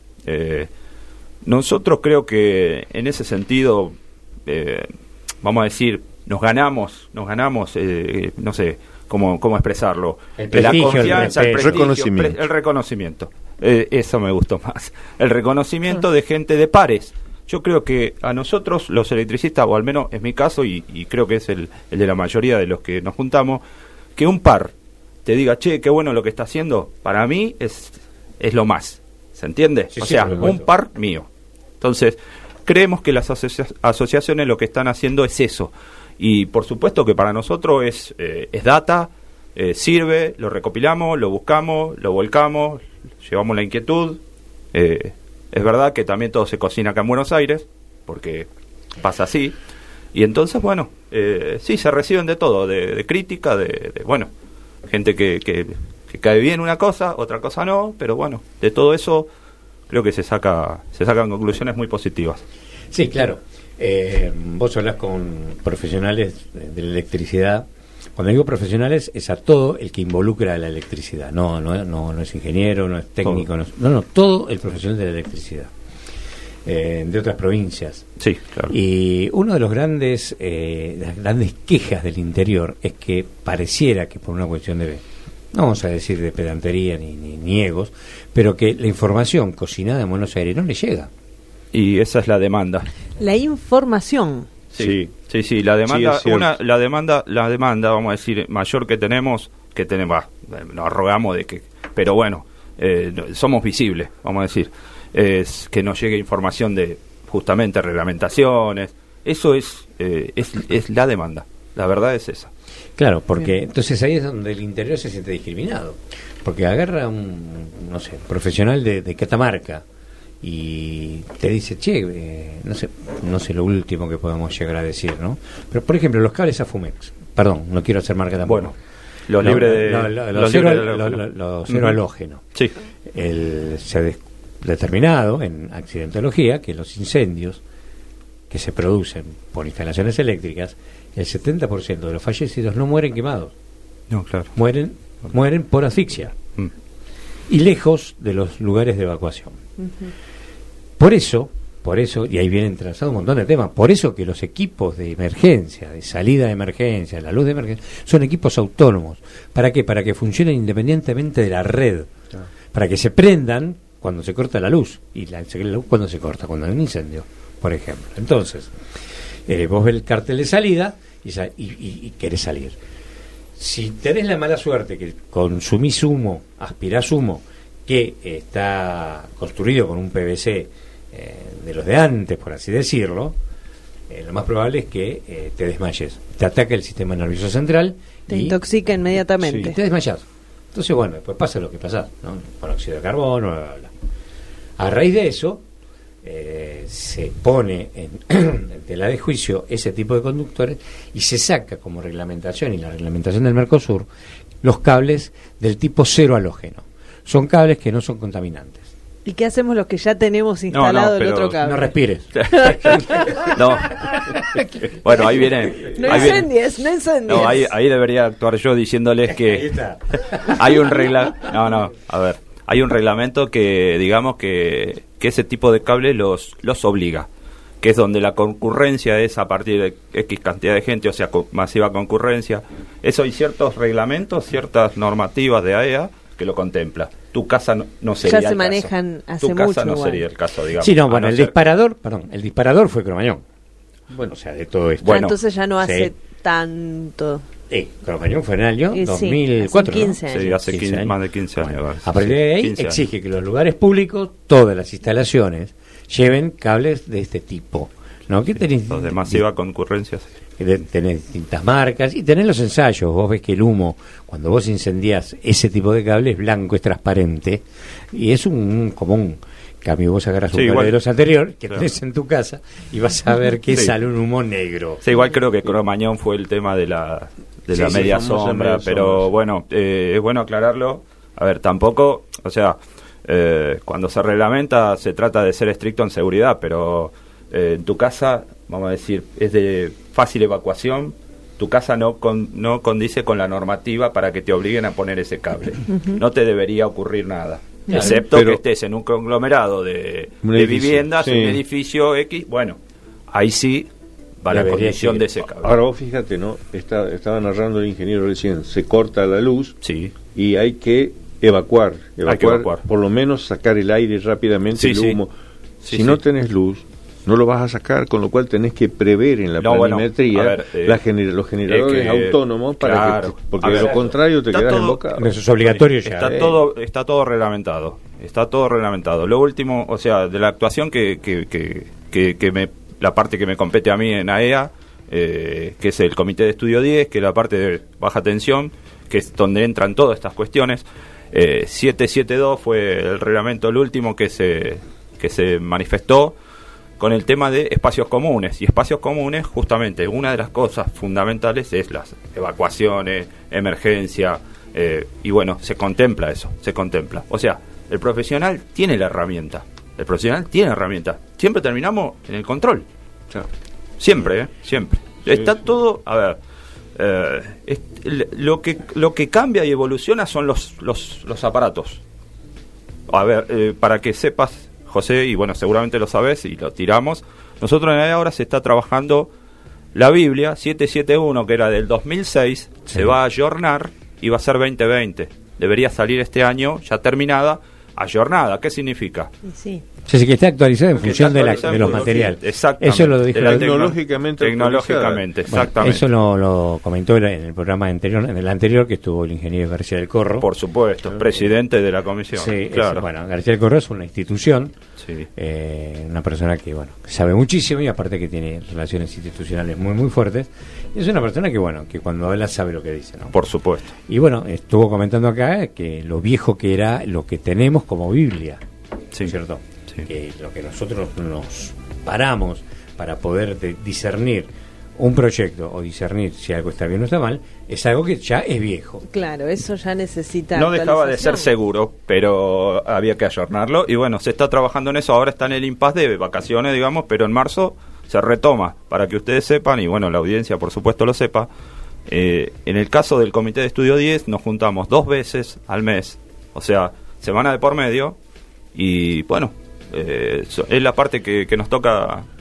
nosotros creo que en ese sentido, vamos a decir, nos ganamos, no sé cómo expresarlo, la confianza, el reconocimiento, eso me gustó más, el reconocimiento de gente de pares. Yo creo que a nosotros los electricistas, o al menos es mi caso y creo que es el de la mayoría de los que nos juntamos, que un par te diga, che, qué bueno lo que está haciendo, para mí es lo más, ¿se entiende? Sí, o sea, sí, un par mío. Entonces, creemos que las asociaciones lo que están haciendo es eso, y por supuesto que para nosotros es data, sirve, lo recopilamos, lo buscamos, lo volcamos, llevamos la inquietud. Es verdad que también todo se cocina acá en Buenos Aires, porque pasa así, y entonces, bueno, sí, se reciben de todo, de crítica, de gente que cae bien una cosa, otra cosa no, pero bueno, de todo eso creo que se sacan conclusiones muy positivas. Sí, claro. Vos hablás con profesionales de la electricidad. Cuando digo profesionales es a todo el que involucra la electricidad. No es ingeniero, no es técnico, todo el profesional de la electricidad. De otras provincias. Sí, claro. Y uno de las grandes quejas del interior es que pareciera que por una cuestión no vamos a decir de pedantería ni egos, pero que la información cocinada en Buenos Aires no le llega. Y esa es la demanda. La información. Sí, la demanda, sí, la demanda, vamos a decir, mayor que tenemos, nos arrogamos de que, pero bueno, somos visibles, vamos a decir, es que nos llegue información de justamente reglamentaciones, eso es la demanda, la verdad es esa. Claro, porque entonces ahí es donde el interior se siente discriminado, porque agarra un profesional de Catamarca y te dice, che, no sé lo último que podemos llegar a decir, ¿no? Pero por ejemplo, los cables Afumex, perdón, no quiero hacer marca tampoco. Bueno, los libres de cero halógeno. Sí. Se ha determinado en accidentología que los incendios que se producen por instalaciones eléctricas, el 70% de los fallecidos no mueren quemados. No, claro. Mueren por asfixia. Y lejos de los lugares de evacuación. Por eso, y ahí vienen trazados un montón de temas, por eso que los equipos de emergencia, de salida de emergencia, la luz de emergencia, son equipos autónomos. ¿Para qué? Para que funcionen independientemente de la red. Para que se prendan cuando se corta la luz. Y la luz cuando se corta, cuando hay un incendio, por ejemplo. Entonces, vos ves el cartel de salida y querés salir. si tenés la mala suerte que consumís humo, aspirás humo, que está construido con un PVC de los de antes, por así decirlo, lo más probable es que te desmayes. Te ataca el sistema nervioso central. Te intoxica inmediatamente. Sí, te desmayas. Entonces, bueno, después pasa lo que pasa, ¿no? Monóxido de carbono, bla, bla, bla. A raíz de eso, se pone en tela de juicio ese tipo de conductores y se saca como reglamentación, y la reglamentación del Mercosur, los cables del tipo cero halógeno. Son cables que no son contaminantes. ¿Y qué hacemos los que ya tenemos instalado el otro cable? No respires. No. Bueno, ahí viene. No incendies. No, ahí debería actuar yo diciéndoles que hay un hay un reglamento que, digamos, que ese tipo de cables los obliga, que es donde la concurrencia es a partir de X cantidad de gente, o sea, masiva concurrencia. Eso hay ciertos reglamentos, ciertas normativas de AEA que lo contempla. Tu casa no sería el caso. Ya se manejan hace mucho. Tu casa no sería el caso, digamos. Sí, no, bueno, el disparador fue Cromañón. Bueno, o sea, de todo esto. Bueno, entonces ya no hace tanto. Cromañón fue en el año 2004, hace 15 años. Sí, hace más de 15 años. Bueno, a partir de ahí exige que los lugares públicos, todas las instalaciones, lleven cables de este tipo, ¿no? ¿Qué tenés? Los de masiva concurrencia, sí. Tenés distintas marcas y tenés los ensayos. Vos ves que el humo, cuando vos incendiás ese tipo de cable, es blanco, es transparente, y es un común. Cambio, vos agarras un cable de los anteriores que tenés en tu casa y vas a ver que sale un humo negro. Sí, igual creo que Cromañón fue el tema de la media sombra, pero bueno, es bueno aclararlo. A ver, tampoco, o sea, cuando se reglamenta se trata de ser estricto en seguridad, pero en tu casa, vamos a decir, es de fácil evacuación. Tu casa no condice con la normativa para que te obliguen a poner ese cable. No te debería ocurrir nada. Excepto que estés en un conglomerado de viviendas, un edificio X, bueno, ahí sí va la condición de ese cable. Ahora vos fíjate, ¿no? Estaba narrando el ingeniero recién, se corta la luz y hay que evacuar, por lo menos sacar el aire rápidamente, el humo. Si no tenés luz, no lo vas a sacar, con lo cual tenés que prever en la planimetría los generadores autónomos para porque de lo contrario te quedás embocado. Eso es obligatorio ya. Está todo reglamentado. Lo último, o sea, de la actuación la parte que me compete a mí en AEA, que es el Comité de Estudio 10, que es la parte de baja tensión, que es donde entran todas estas cuestiones. 772 fue el reglamento el último que se manifestó con el tema de espacios comunes. Y espacios comunes, justamente, una de las cosas fundamentales es las evacuaciones, emergencia, y bueno, se contempla eso, O sea, el profesional tiene la herramienta. Siempre terminamos en el control. Siempre. Está todo, a ver, lo que cambia y evoluciona son los aparatos. A ver, para que sepas, José, y bueno, seguramente lo sabés y lo tiramos, nosotros en ahora se está trabajando la Biblia 771, que era del 2006, se va a ayornar y va a ser 2020. Debería salir este año, ya terminada, ayornada. ¿Qué significa? Sí, que está actualizada en función de los materiales. Exactamente. Eso lo dijo tecnológicamente, exactamente. Eso lo comentó en el programa anterior, en el anterior, que estuvo el ingeniero García del Corro. Por supuesto, presidente de la comisión. Sí, claro. García del Corro es una institución, una persona que sabe muchísimo y aparte que tiene relaciones institucionales muy muy fuertes. Es una persona que cuando habla sabe lo que dice, ¿no? Por supuesto. Y estuvo comentando acá que lo viejo que era lo que tenemos como Biblia, ¿cierto? Que lo que nosotros nos paramos para poder discernir un proyecto o discernir si algo está bien o está mal, es algo que ya es viejo. Claro, eso ya necesita no dejaba de ser seguro, pero había que ayornarlo y se está trabajando en eso. Ahora está en el impasse de vacaciones, digamos, pero en marzo se retoma, para que ustedes sepan, y la audiencia por supuesto lo sepa. En el caso del Comité de Estudio 10 nos juntamos 2 veces al mes, o sea, semana de por medio, y es la parte que nos toca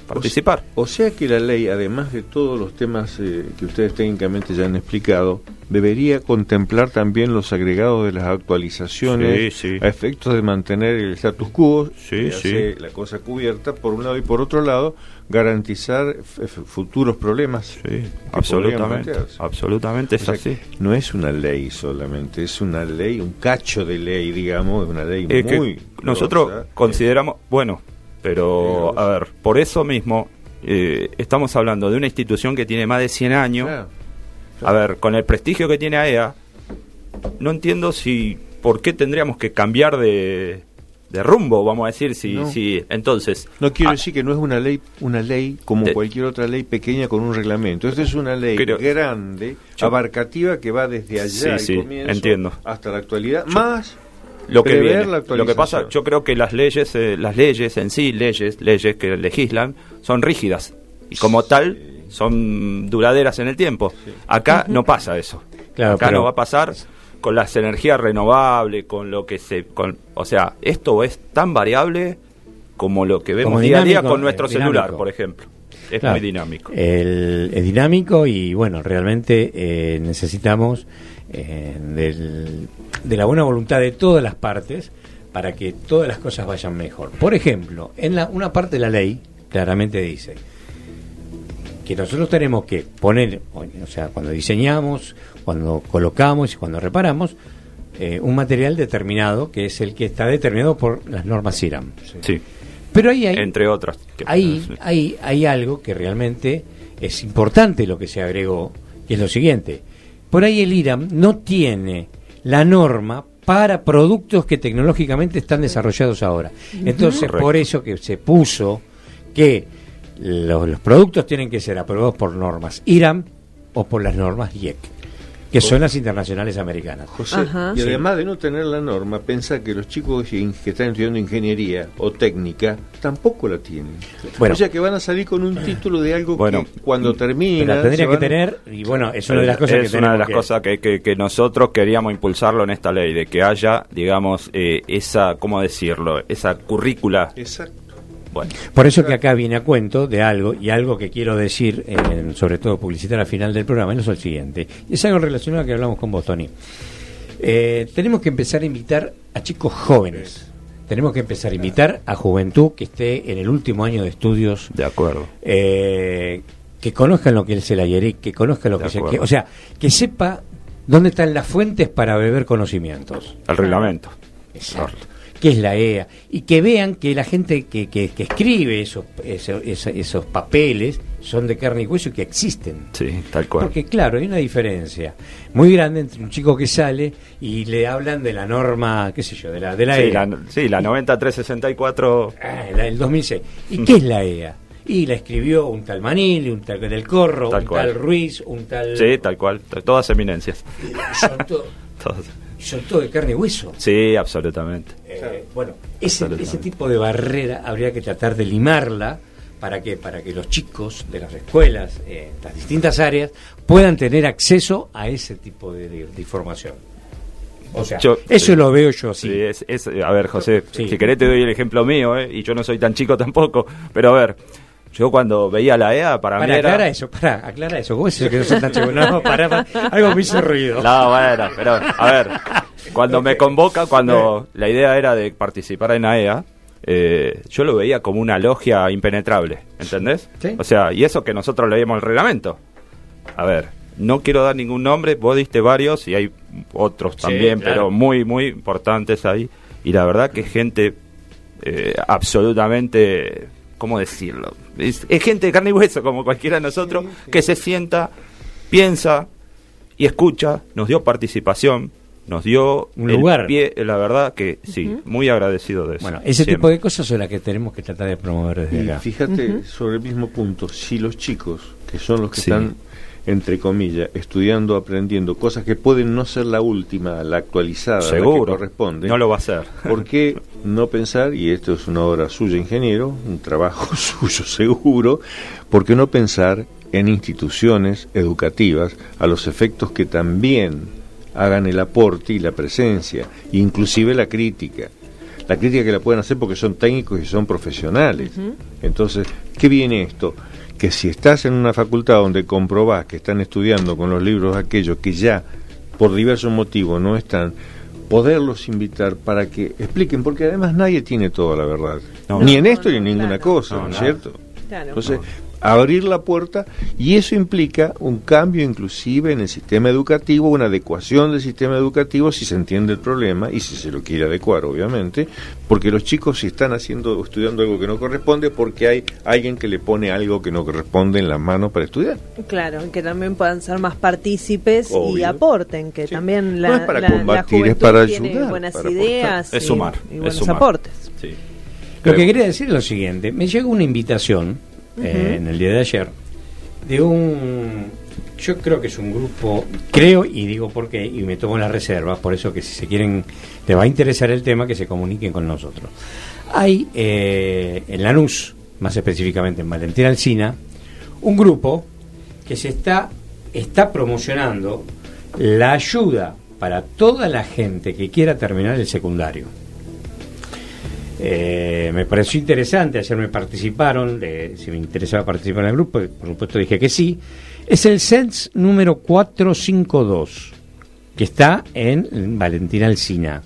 participar. O sea que la ley, además de todos los temas que ustedes técnicamente ya han explicado, debería contemplar también los agregados de las actualizaciones a efectos de mantener el status quo, la cosa cubierta por un lado, y por otro lado garantizar futuros problemas. Absolutamente es así. No es una ley solamente, es una ley, un cacho de ley, digamos, una ley muy nosotros consideramos, pero a ver, por eso mismo estamos hablando de una institución que tiene más de 100 años. A ver, con el prestigio que tiene AEA, no entiendo por qué tendríamos que cambiar de rumbo, vamos a decir, si entonces... No quiero decir que no es una ley como cualquier otra ley pequeña con un reglamento. Esta es una ley grande, abarcativa, que va desde allá, el comienzo, hasta la actualidad, más lo que viene. Lo que pasa, yo creo que las leyes en sí, leyes que legislan, son rígidas, y como tal, son duraderas en el tiempo. Acá no pasa eso. Acá no va a pasar con las energías renovables, con lo que o sea, esto es tan variable como lo que vemos día a día con nuestro celular, por ejemplo. Es muy dinámico. Es dinámico y bueno, realmente necesitamos de la buena voluntad de todas las partes para que todas las cosas vayan mejor. Por ejemplo, en una parte de la ley claramente dice que nosotros tenemos que poner, o sea, cuando diseñamos, cuando colocamos y cuando reparamos, un material determinado, que es el que está determinado por las normas IRAM. Sí. Pero ahí hay, entre otras. Hay algo que realmente es importante, lo que se agregó, que es lo siguiente. Por ahí el IRAM no tiene la norma para productos que tecnológicamente están desarrollados ahora. Entonces, por eso que se puso que los productos tienen que ser aprobados por normas IRAM o por las normas IEC, que son las internacionales americanas. José, y además de no tener la norma, pensá que los chicos que están estudiando ingeniería o técnica tampoco la tienen. O sea que van a salir con un título de algo que cuando termina... La tendría que tener, y bueno, es una de las cosas que nosotros queríamos impulsarlo en esta ley, de que haya, digamos, esa, ¿cómo decirlo?, esa currícula. Exacto. Bueno, por eso que acá viene a cuento de algo, y algo que quiero decir, sobre todo publicitar al final del programa, es lo siguiente. Es algo relacionado a lo que hablamos con vos, Tony. Tenemos que empezar a invitar a chicos jóvenes. Tenemos que empezar a invitar a juventud que esté en el último año de estudios. De acuerdo. Que conozcan lo que es el AYERIC, que conozcan lo que es o sea, que sepa dónde están las fuentes para beber conocimientos. El reglamento. Exacto. Que es la EA, y que vean que la gente que escribe esos papeles son de carne y hueso y que existen. Sí, tal cual. Porque claro, hay una diferencia muy grande entre un chico que sale y le hablan de la norma, qué sé yo, de la EA. La 9364. El 2006. ¿Y qué es la EA? Y la escribió un tal Manili, un tal del Corro, tal Ruiz, un tal... Sí, tal cual, todas eminencias. Son todo de carne y hueso. Sí, absolutamente. Bueno, ese tipo de barrera habría que tratar de limarla para que los chicos de las escuelas, las distintas áreas, puedan tener acceso a ese tipo de información. O sea, eso lo veo yo así. Sí, a ver, José, si querés te doy el ejemplo mío, y yo no soy tan chico tampoco, pero a ver, yo cuando veía la EA, para mí era... Aclara eso. ¿Cómo es eso que no son tan chicos? No, algo me hizo ruido. No, bueno, pero, a ver, cuando me convoca, cuando la idea era de participar en AEA, yo lo veía como una logia impenetrable, ¿entendés? ¿Sí? O sea, y eso que nosotros leímos el reglamento. A ver, no quiero dar ningún nombre, vos diste varios y hay otros también, claro, pero muy, muy importantes ahí. Y la verdad que es gente absolutamente... ¿Cómo decirlo? Es gente de carne y hueso, como cualquiera de nosotros, que se sienta, piensa y escucha, nos dio participación, nos dio un lugar. Pie, la verdad que sí, muy agradecido de eso. Bueno, ese tipo de cosas son las que tenemos que tratar de promover desde acá. Fíjate, sobre el mismo punto, si los chicos, que son los que están, entre comillas, estudiando, aprendiendo cosas que pueden no ser la última, la actualizada, seguro, la que corresponde. No lo va a hacer. ¿Por qué no pensar, y esto es una obra suya, ingeniero, un trabajo suyo seguro, por qué no pensar en instituciones educativas a los efectos que también hagan el aporte y la presencia, inclusive la crítica? la crítica que la pueden hacer porque son técnicos y son profesionales. Entonces, ¿qué viene esto? Que si estás en una facultad donde comprobás que están estudiando con los libros aquellos que ya por diversos motivos no están, poderlos invitar para que expliquen, porque además nadie tiene toda la verdad, ni en esto ni en ninguna cosa, ¿no es cierto? Claro. Entonces, abrir la puerta, y eso implica un cambio inclusive en el sistema educativo, una adecuación del sistema educativo si se entiende el problema y si se lo quiere adecuar, obviamente, porque los chicos si están estudiando algo que no corresponde porque hay alguien que le pone algo que no corresponde en la mano para estudiar. Claro, que también puedan ser más partícipes. Obvio. Y aporten, que también no es para combatir, es para ayudar, tiene buenas ideas, es sumar, y buenos aportes. Sí. Lo que quería decir es lo siguiente: me llegó una invitación en el día de ayer de yo creo que es un grupo, creo, y digo por qué, y me tomo las reservas, por eso que si se quieren, les va a interesar el tema, que se comuniquen con nosotros. Hay en Lanús, más específicamente en Valentín Alsina, un grupo que se está promocionando la ayuda para toda la gente que quiera terminar el secundario. Me pareció interesante, ayer me participaron, si me interesaba participar en el grupo, por supuesto dije que sí. Es el CENS número 452, que está en Valentín Alsina.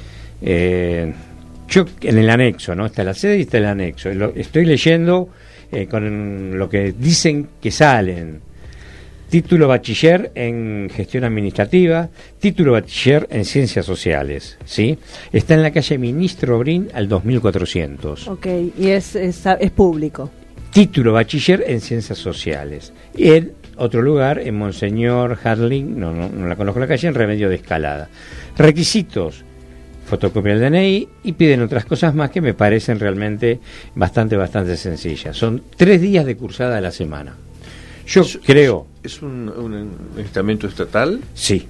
Yo en el anexo, ¿no? Está la sede y está el anexo. Estoy leyendo con lo que dicen que salen. Título bachiller en gestión administrativa, título bachiller en ciencias sociales, ¿sí? Está en la calle Ministro Brin al 2400. Ok, y es público. Título bachiller en ciencias sociales. Y en otro lugar, en Monseñor Harling, no la conozco la calle, en Remedio de Escalada. Requisitos: fotocopia del DNI, y piden otras cosas más que me parecen realmente bastante sencillas. Son 3 días de cursada a la semana. Yo creo... ¿Es un estamento estatal? Sí.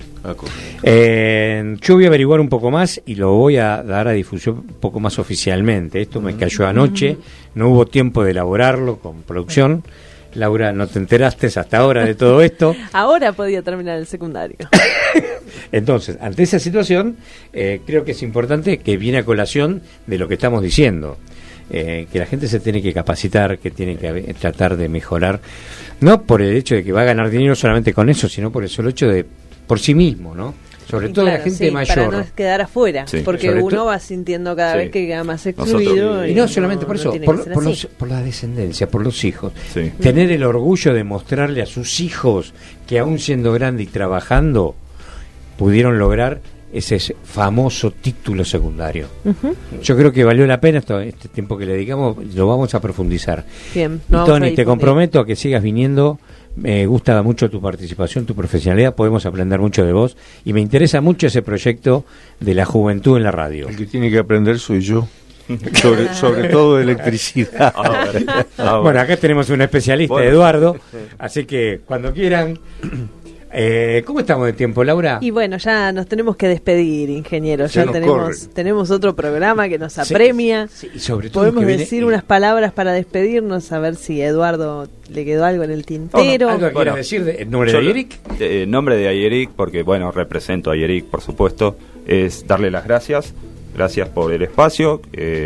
Yo voy a averiguar un poco más y lo voy a dar a difusión un poco más oficialmente. Esto me cayó anoche, no hubo tiempo de elaborarlo con producción. Laura, no te enteraste hasta ahora de todo esto. Ahora podía terminar el secundario. Entonces, ante esa situación, creo que es importante, que viene a colación de lo que estamos diciendo. Que la gente se tiene que capacitar, que tiene que tratar de mejorar, no por el hecho de que va a ganar dinero solamente con eso, sino por el solo hecho de por sí mismo, ¿no? Sobre todo la gente mayor. Para no quedar afuera, porque uno va sintiendo cada vez que queda más excluido. Y no solamente por eso, por la descendencia, por los hijos. Sí. Tener el orgullo de mostrarle a sus hijos que aún siendo grande y trabajando, pudieron lograr ese famoso título secundario. Yo creo que valió la pena este tiempo que le dedicamos, lo vamos a profundizar. Bien, Tony, te comprometo a que sigas viniendo. Me gusta mucho tu participación, tu profesionalidad, podemos aprender mucho de vos, y me interesa mucho ese proyecto de la juventud en la radio. El que tiene que aprender soy yo. sobre todo de electricidad. Bueno, acá tenemos un especialista, Eduardo, así que cuando quieran. ¿Cómo estamos de tiempo, Laura? Y bueno, ya nos tenemos que despedir, ingeniero. Ya tenemos otro programa que nos apremia. Sí, y sobre todo podemos decir unas palabras para despedirnos, a ver si a Eduardo le quedó algo en el tintero. ¿Algo que quieras decir en nombre de Ayeric? En nombre de Ayeric, porque represento a Ayeric, por supuesto, es darle las gracias. Gracias por el espacio.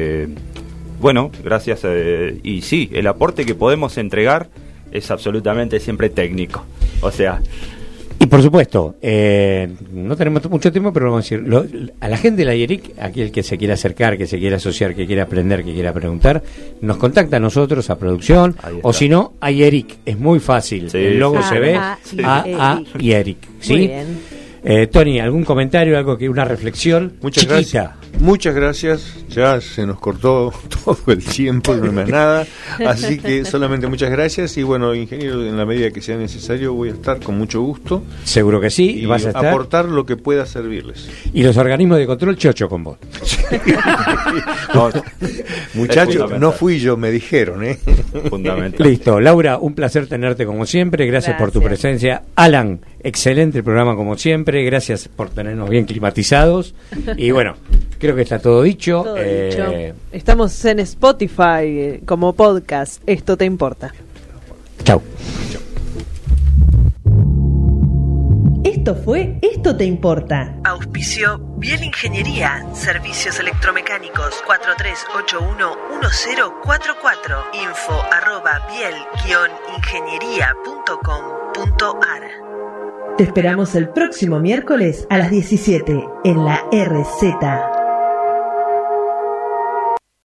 Gracias. Y sí, el aporte que podemos entregar es absolutamente siempre técnico. O sea... Y por supuesto, no tenemos mucho tiempo, pero vamos a decir, a la gente de la Ayeric, aquel que se quiera acercar, que se quiera asociar, que quiera aprender, que quiera preguntar, nos contacta a nosotros, a producción, o si no, Ayeric, es muy fácil, el logo se ve, Ayeric, ¿sí? Muy bien. Tony, ¿algún comentario, una reflexión? Muchas gracias, ya se nos cortó todo el tiempo, no hay más nada, así que solamente muchas gracias, y ingeniero, en la medida que sea necesario voy a estar con mucho gusto. Seguro que sí, y vas a estar. Aportar lo que pueda servirles. Y los organismos de control, chocho con vos. Muchachos, no fui yo, me dijeron, Fundamental. Listo, Laura, un placer tenerte como siempre, gracias por tu presencia. Alan, excelente el programa como siempre, gracias por tenernos bien climatizados, y creo que está todo dicho. Estamos en Spotify como podcast. Esto te importa. Chau. Esto fue Esto te importa. Auspicio Biel Ingeniería, servicios electromecánicos 4381-1044, info@biel-ingeniería.com.ar. Te esperamos el próximo miércoles a las 17 en la RZ.